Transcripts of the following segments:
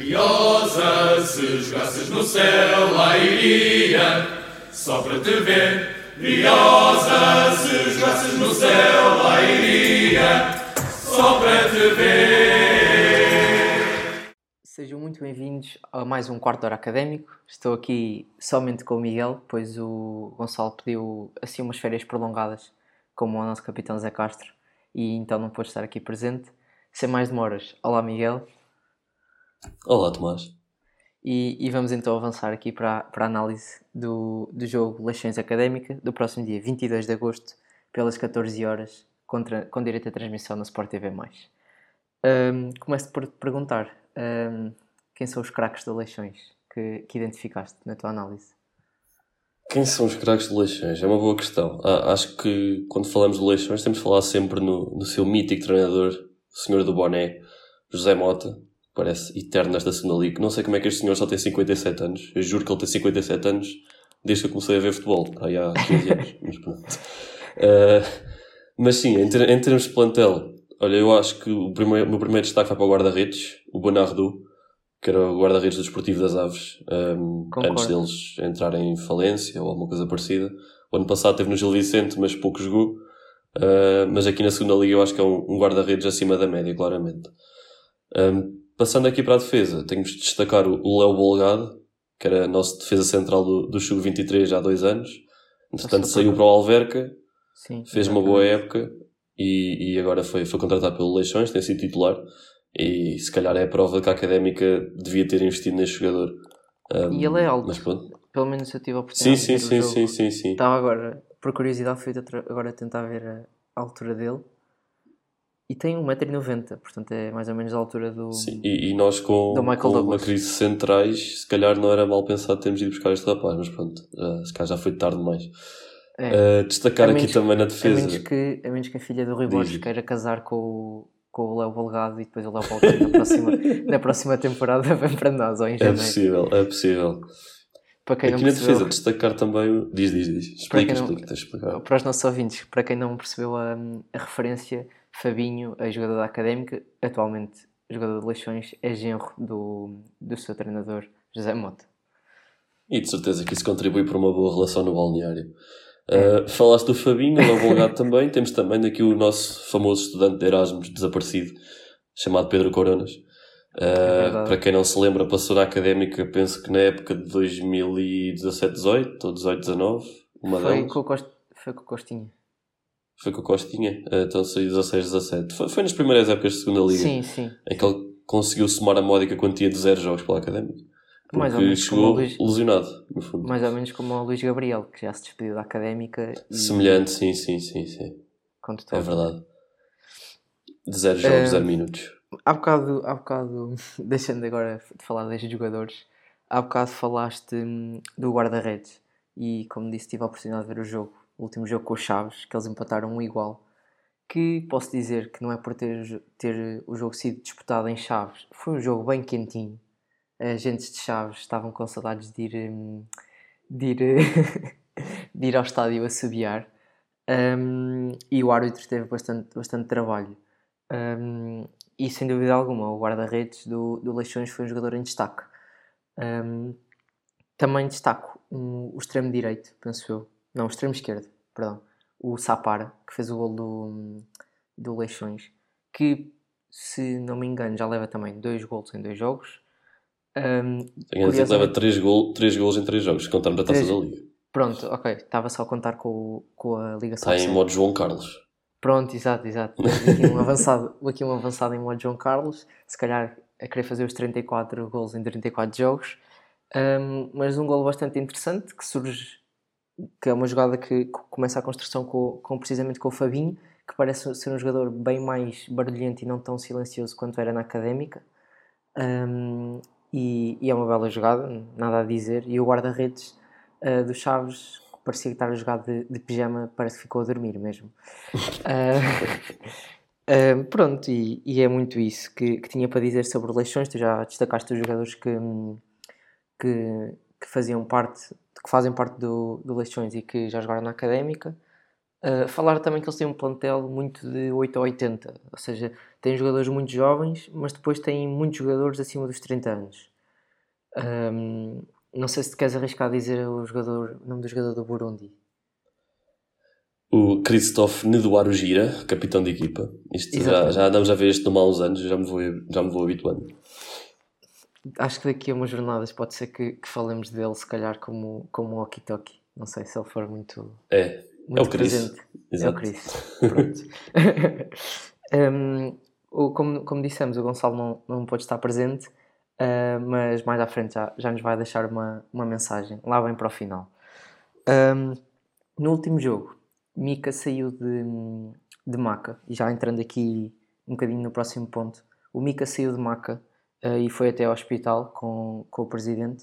Briosa, se jogasses no céu, lá iria, só para te ver. Briosa, se jogasses no céu, lá iria, só para te ver. Sejam muito bem-vindos a mais um Quarto de Hora Académico. Estou aqui somente com o Miguel, pois o Gonçalo pediu assim umas férias prolongadas, como o nosso capitão Zé Castro, e então não pôde estar aqui presente. Sem mais demoras, olá Miguel. Olá Tomás. E vamos então avançar aqui para a análise do jogo Leixões Académica, do próximo dia 22 de agosto, pelas 14 horas, com direito à transmissão na Sport TV+. Começo por te perguntar, quem são os craques de Leixões que identificaste na tua análise? Quem são os craques de Leixões? É uma boa questão. Acho que quando falamos de Leixões temos de falar sempre no seu mítico treinador, o senhor do boné, José Mota. Parece eterno nesta segunda liga. Não sei como é que este senhor só tem 57 anos. Eu juro que ele tem 57 anos desde que eu comecei a ver futebol. Aí há 15 anos. Mas pronto. Mas sim, em termos de plantel, olha, eu acho que o meu primeiro destaque vai para o guarda-redes, o Bonardo, que era o guarda-redes do Desportivo das Aves, antes deles entrarem em falência ou alguma coisa parecida. O ano passado esteve no Gil Vicente, mas pouco jogou. Mas aqui na segunda liga eu acho que é um guarda-redes acima da média, claramente. Passando aqui para a defesa, tenho de destacar o Léo Bolgado, que era nosso defesa central do Sub-23 já há 2 anos. Entretanto, saiu para o Alverca, sim, fez exatamente uma boa época e agora foi contratado pelo Leixões, tem sido titular. E se calhar é a prova que a Académica devia ter investido neste jogador. E ele é alto, mas pronto. Pelo menos eu tive a oportunidade de ver o jogo. Sim. Estava agora, por curiosidade, fui agora tentar ver a altura dele. E tem 1,90m, portanto é mais ou menos a altura do... Sim, e nós com uma crise de centrais, se calhar não era mal pensado termos ido buscar este rapaz, mas pronto, se calhar já foi tarde demais. Destacar aqui também na defesa... A menos que a filha do Rui Borges queira casar com o Léo Bolgado e depois o Léo Bolgado na próxima temporada vem para nós, ou em janeiro. É possível. Para quem aqui não na defesa, destacar também... Diz. Explica. Para os nossos ouvintes, para quem não percebeu a referência... Fabinho, jogador da Académica, atualmente jogador de Leixões, é genro do seu treinador, José Mota. E de certeza que isso contribui para uma boa relação no balneário. Falaste do Fabinho, o Bolgado também. Temos também daqui o nosso famoso estudante de Erasmus desaparecido, chamado Pedro Coronas. Para quem não se lembra, passou na Académica, penso que na época de 2017-18 ou 18-19. Foi com o Costinha. Foi com o Costinha, então saiu 16-17. Foi nas primeiras épocas de segunda liga. Sim. Em que ele conseguiu somar a módica quantia de 0 jogos pela Académica. Mais ou menos chegou lesionado, no fundo. Mais ou menos como o Luís Gabriel, que já se despediu da Académica. Semelhante, sim. É verdade. De 0 jogos, 0 minutos. Há bocado, deixando agora de falar destes jogadores, há bocado falaste do guarda-redes. E como disse, tive a oportunidade de ver o último jogo com os Chaves, que eles empataram 1-1, que posso dizer que não é por ter o jogo sido disputado em Chaves, foi um jogo bem quentinho. As gentes de Chaves estavam com saudades de ir ao estádio assobiar, e o árbitro teve bastante trabalho, e sem dúvida alguma o guarda-redes do Leixões foi um jogador em destaque. Também destaco o extremo direito, penso eu. Não, o extremo esquerdo, perdão. O Sapara, que fez o gol do Leixões, que, se não me engano, já leva também 2 golos em 2 jogos. Tenho a dizer que leva 3 golos em 3 jogos, se contarmos a Taça da Liga. Pronto, ok. Estava só a contar com a Liga Só. Está em modo João Carlos. Pronto, exato. Aqui um avançado em modo João Carlos, se calhar a querer fazer os 34 golos em 34 jogos. Mas um golo bastante interessante que surge, que é uma jogada que começa a construção precisamente com o Fabinho, que parece ser um jogador bem mais barulhento e não tão silencioso quanto era na Académica, e é uma bela jogada, nada a dizer. E o guarda-redes do Chaves, que parecia estar a jogar de pijama, parece que ficou a dormir mesmo. Pronto, e é muito isso que tinha para dizer sobre Leixões. Tu já destacaste os jogadores que fazem parte do Leixões e que já jogaram na Académica. Falar também que eles têm um plantel muito de 8 a 80, ou seja, têm jogadores muito jovens, mas depois têm muitos jogadores acima dos 30 anos. Não sei se te queres arriscar a dizer o nome do jogador do Burundi. O Christophe Neduaro-Gira, capitão de equipa. Isto já andamos a ver este nome há uns anos, já me vou habituando. Acho que daqui a umas jornadas pode ser que falemos dele, se calhar, como o Okitoki. Não sei se ele for muito É o Chris. presente. Exato. É o Chris. Pronto. Como dissemos, o Gonçalo não pôde estar presente, mas mais à frente já nos vai deixar uma mensagem, lá bem para o final. No último jogo, Mika saiu de maca, e já entrando aqui um bocadinho no próximo ponto, o Mika saiu de maca e foi até ao hospital com o presidente.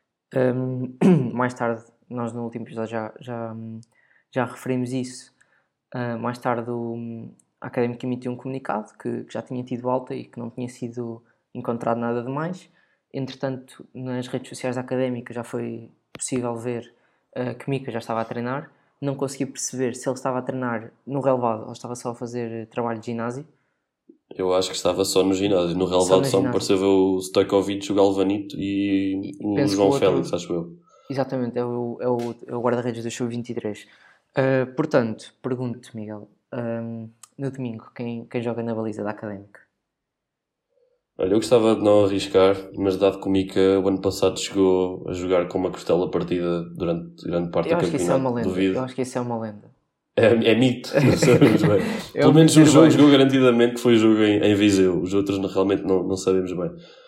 Mais tarde, nós no último episódio já referimos isso. Mais tarde a Académica emitiu um comunicado que já tinha tido alta e que não tinha sido encontrado nada de mais. Entretanto, nas redes sociais da Académica já foi possível ver que Mika já estava a treinar. Não consegui perceber se ele estava a treinar no relevado ou estava só a fazer trabalho de ginásio. Eu acho que estava só no ginásio. No relevado só me pareceu ver o Stojkovic, o Galvanito e o João Félix, acho eu. Exatamente, é o guarda-redes do Sub-23. Portanto, pergunto-te, Miguel, no domingo, quem joga na baliza da Académica? Olha, eu gostava de não arriscar, mas dado que o Mika o ano passado chegou a jogar com uma costela partida durante grande parte do campeonato, duvido. Eu acho que isso é uma lenda. É mito, não sabemos bem. Pelo menos um jogo jogou garantidamente que foi o jogo em Viseu. Os outros realmente não sabemos bem.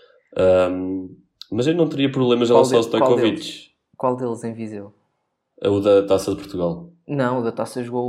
Mas eu não teria problemas em relação ao Stojkovic. Qual deles em Viseu? O da Taça de Portugal. Não, o da Taça jogou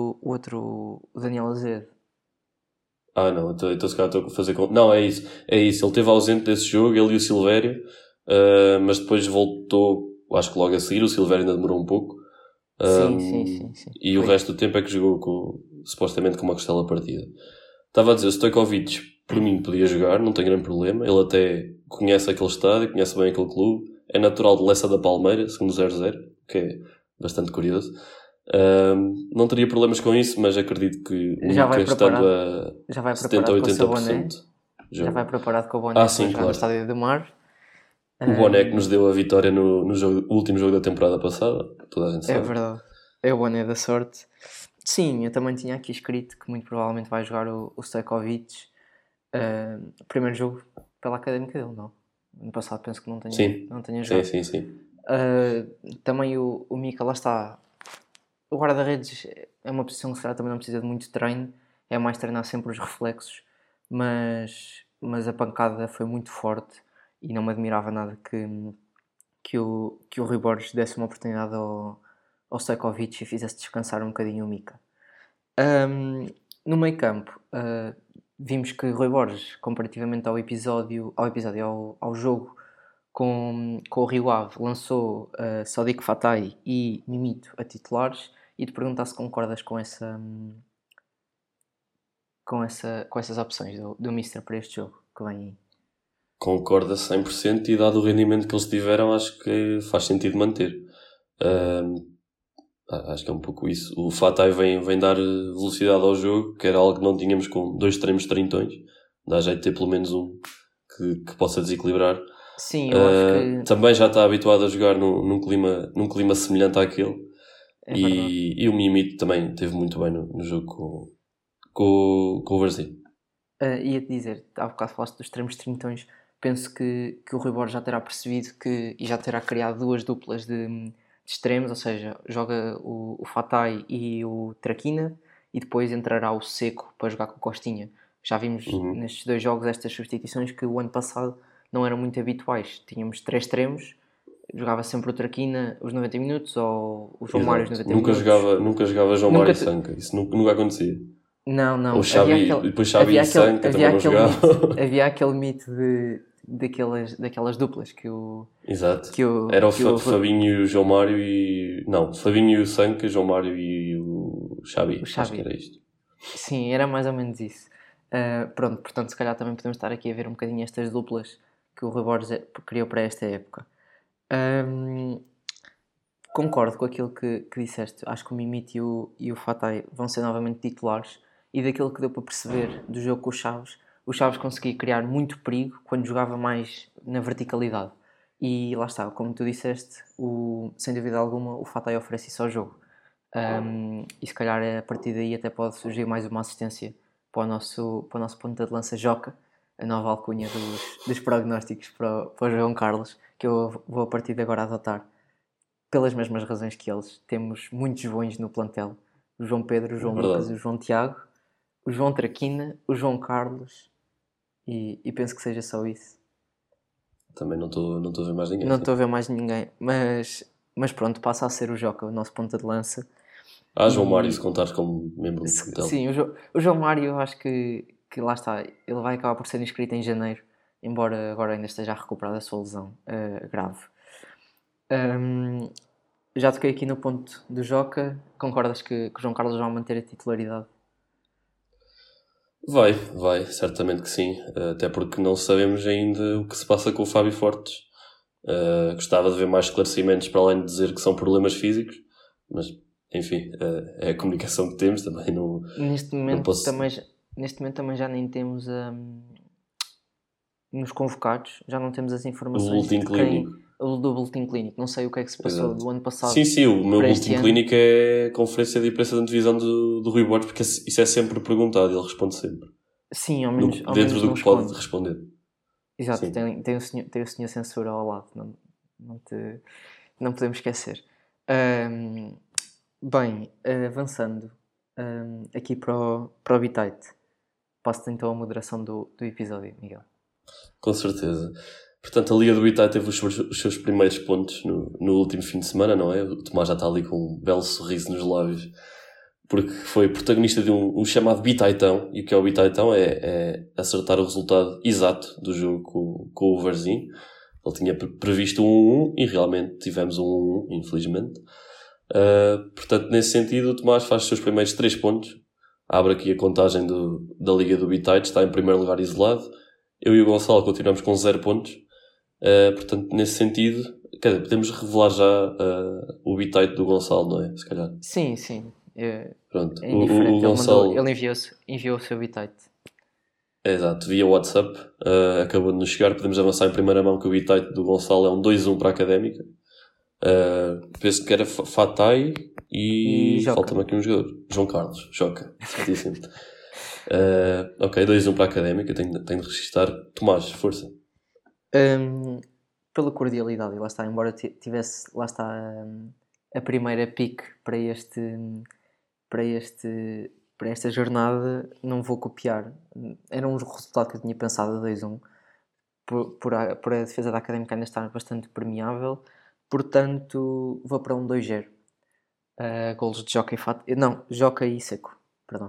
o Daniel Azevedo. Não, então se calhar estou a fazer com... Não, é isso. Ele esteve ausente desse jogo, ele e o Silvério, mas depois voltou, acho que logo a seguir. O Silvério ainda demorou um pouco. Sim. E o resto do tempo é que jogou supostamente com uma costela partida. Estava a dizer, o Stojkovic, por mim, podia jogar, não tem grande problema. Ele até conhece aquele estádio, conhece bem aquele clube. É natural de Lessa da Palmeira, segundo 0-0, que é bastante curioso. Não teria problemas com isso, mas acredito que o Mika estando a 70 ou 80%. Já vai preparado com o boné sim, claro. No Estádio do Mar. O boné que nos deu a vitória no último jogo da temporada passada, toda a gente sabe. É verdade, é o boné da sorte. Sim, eu também tinha aqui escrito que muito provavelmente vai jogar o Stojkovic. Primeiro jogo pela Académica dele, não? No passado penso que não tenha jogado. Sim. Também o Mika, lá está. O guarda-redes é uma posição que será também não precisa de muito treino, é mais treinar sempre os reflexos, mas a pancada foi muito forte e não me admirava nada que o Rui Borges desse uma oportunidade ao Stojkovic e fizesse descansar um bocadinho o Mika. No meio campo, vimos que Rui Borges, comparativamente ao jogo com o Rio Ave, lançou Sadiq Fatai e Mimito a titulares, e te perguntar se concordas com essas opções do Mister para este jogo que vem aí. Concordo a 100% e dado o rendimento que eles tiveram, acho que faz sentido manter. Acho que é um pouco isso. O Fatai vem dar velocidade ao jogo, que era algo que não tínhamos com 2 extremos trintões. Dá jeito de ter pelo menos um que possa desequilibrar. Sim, eu acho que... Também já está habituado a jogar num clima semelhante àquele. E o Mimito também esteve muito bem no jogo com o Varzim. Ia-te dizer, há bocado falaste dos extremos trintões. Penso que o Rui Borges já terá percebido e já terá criado 2 duplas de extremos, ou seja, joga o Fatai e o Traquina e depois entrará o Seco para jogar com o Costinha. Já vimos nestes 2 jogos estas substituições que o ano passado não eram muito habituais. Tínhamos 3 extremos, jogava sempre o Traquina os 90 minutos ou o João Mário os 90 minutos. Nunca jogava João Mário e Sanca, isso nunca acontecia. Não. Ou Xavi, depois Xavi e Sanca também não jogavam. Havia aquele mito daquelas duplas que o... Exato. Era o Fabinho e o João Mário e... Não, Fabinho e o Sanca, João Mário e o Xavi. Acho que era isto. Sim, era mais ou menos isso. Pronto, portanto, se calhar também podemos estar aqui a ver um bocadinho estas duplas que o Rui Borges criou para esta época. concordo com aquilo que disseste. Acho que o Mimite e o Fatay vão ser novamente titulares. E daquilo que deu para perceber do jogo com o Chaves conseguia criar muito perigo quando jogava mais na verticalidade. E lá está, como tu disseste, sem dúvida alguma, o Fatay oferece isso ao jogo. E se calhar a partir daí até pode surgir mais uma assistência para o nosso ponta de lança Joca, a nova alcunha dos prognósticos para o João Carlos, que eu vou a partir de agora adotar pelas mesmas razões que eles. Temos muitos Joões no plantel: o João Pedro, o João Lucas, o João Tiago, o João Traquina, o João Carlos, e penso que seja só isso. Também não estou a ver mais ninguém. Não estou a ver mais ninguém, mas pronto, passa a ser o Joca, o nosso ponta de lança. João Mário, se contares como membro do plantel. Sim, o João Mário, eu acho que lá está, ele vai acabar por ser inscrito em janeiro, embora agora ainda esteja a recuperar da sua lesão grave. Já toquei aqui no ponto do Joca. Concordas que o João Carlos vai manter a titularidade? Vai, certamente que sim, até porque não sabemos ainda o que se passa com o Fábio Fortes. Gostava de ver mais esclarecimentos para além de dizer que são problemas físicos, mas enfim, é a comunicação que temos também. Neste momento também já nem temos nos convocados, já não temos as informações do boletim clínico. Não sei o que é que se passou. Exato. Do ano passado. Sim, o meu boletim clínico é a conferência de imprensa da antevisão do Rui Borges, porque isso é sempre perguntado e ele responde sempre. Sim, ao menos dentro do que pode responder. Exato, tem o senhor censura ao lado, não podemos esquecer. Bem, avançando aqui para o Bitite, passo então a moderação do episódio, Miguel. Com certeza. Portanto, a Liga do Bitite teve os seus primeiros pontos no último fim de semana, não é? O Tomás já está ali com um belo sorriso nos lábios, porque foi protagonista de um chamado Bitaitão. E o que é o Bitaitão? É acertar o resultado exato do jogo com o Varzim. Ele tinha previsto um 1-1 e realmente tivemos um 1-1, infelizmente. Portanto, nesse sentido, o Tomás faz os seus primeiros 3 pontos. Abre aqui a contagem da Liga do Bitite, está em primeiro lugar isolado. Eu e o Gonçalo continuamos com 0 pontos. Portanto, nesse sentido, podemos revelar já o Bitite do Gonçalo, não é? Se calhar. Sim. Pronto. É indiferente. O Gonçalo... Ele enviou o seu Bitite. Exato, via WhatsApp. Acabou de nos chegar. Podemos avançar em primeira mão que o Bitite do Gonçalo é um 2-1 para a Académica. Penso que era Fatay e falta-me aqui um jogador. João Carlos, Joca. Certíssimo. Ok, 2-1 para a Académica. Tenho de registrar. Tomás, força. Pela cordialidade, e lá está, embora tivesse lá está a primeira pique para esta jornada, não vou copiar. Era um resultado que eu tinha pensado a 2-1 por a defesa da Académica ainda estar bastante permeável, portanto vou para um 2-0. Golos de Joca e Seco, perdão.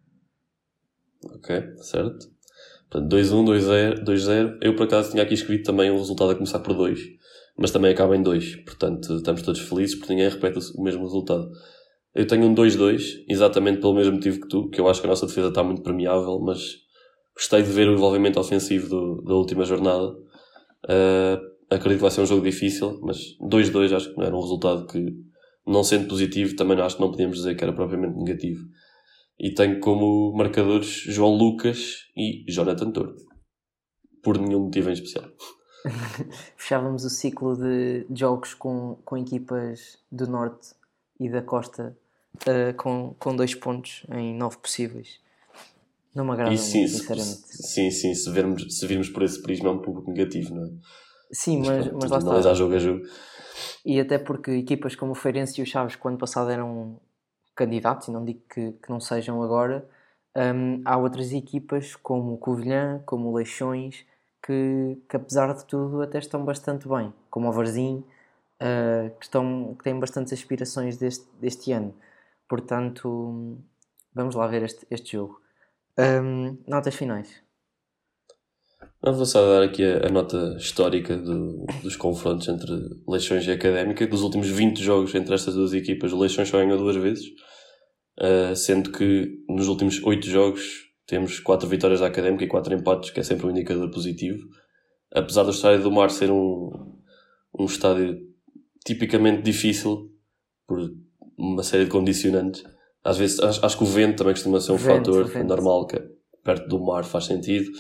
Ok, certo. Portanto, 2-1, 2-0. Eu, por acaso, tinha aqui escrito também o resultado a começar por 2, mas também acaba em 2. Portanto, estamos todos felizes porque ninguém repete o mesmo resultado. Eu tenho um 2-2, exatamente pelo mesmo motivo que tu, que eu acho que a nossa defesa está muito permeável, mas gostei de ver o envolvimento ofensivo da última jornada. Acredito que vai ser um jogo difícil, mas 2-2 acho que não era um resultado que, não sendo positivo, também acho que não podíamos dizer que era propriamente negativo. E tenho como marcadores João Lucas e Jonathan Toro. Por nenhum motivo em especial. Fechávamos o ciclo de jogos com equipas do Norte e da Costa com 2 pontos em 9 possíveis. Não me agrada muito, sinceramente. Sim, se virmos por esse prisma é um pouco negativo, não é? Sim, mas lá está. Analisar jogo a jogo. E até porque equipas como o Feirense e o Chaves, que o ano passado eram candidatos, e não digo que não sejam agora, há outras equipas como o Covilhã, como o Leixões, que apesar de tudo até estão bastante bem, como o Varzim, que têm bastantes aspirações deste ano. Portanto, vamos lá ver este jogo. Notas finais. Vou só dar aqui a nota histórica dos confrontos entre Leixões e Académica. Dos últimos 20 jogos entre estas duas equipas, o Leixões só ganhou 2 vezes, sendo que nos últimos 8 jogos temos 4 vitórias da Académica e 4 empates, que é sempre um indicador positivo. Apesar do Estádio do Mar ser um estádio tipicamente difícil por uma série de condicionantes. Às vezes acho que o vento também costuma ser um fator normal, que é perto do mar faz sentido.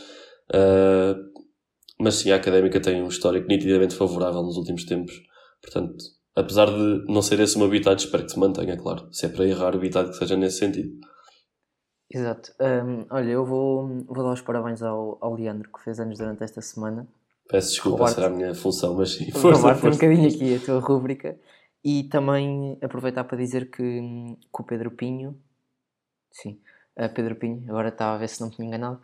Mas sim, a Académica tem um histórico nitidamente favorável nos últimos tempos. Portanto, apesar de não ser esse o meu habitat, espero que se mantenha, claro. Se é para errar, o habitat que seja nesse sentido. Exato. Olha, eu vou dar os parabéns ao Leandro, que fez anos durante esta semana. Peço desculpa, será a minha função, mas sim. Força. Um bocadinho aqui a tua rúbrica. E também aproveitar para dizer que o Pedro Pinho... Sim, Pedro Pinho, agora estava a ver se não me tinha enganado,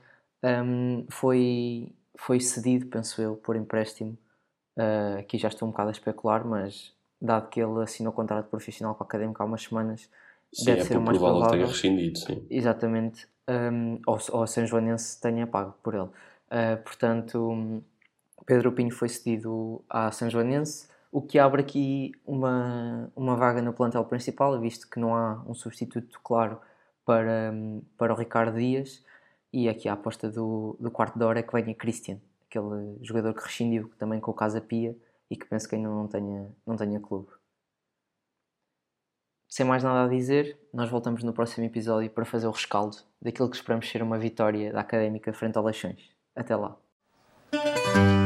foi cedido, penso eu, por empréstimo. Aqui já estou um bocado a especular, mas dado que ele assinou o contrato profissional com a Académica há umas semanas, sim, deve ser o mais provável que tenha rescindido, sim. Exatamente, ou a São Joanense tenha pago por ele. Portanto, Pedro Pinho foi cedido à São Joanense, o que abre aqui uma vaga no plantel principal, visto que não há um substituto claro para o Ricardo Dias, e aqui a aposta do quarto de hora é que venha Christian, aquele jogador que rescindiu também com o Casa Pia e que penso que ainda não tenha clube. Sem mais nada a dizer, nós voltamos no próximo episódio para fazer o rescaldo daquilo que esperamos ser uma vitória da Académica frente ao Leixões. Até lá!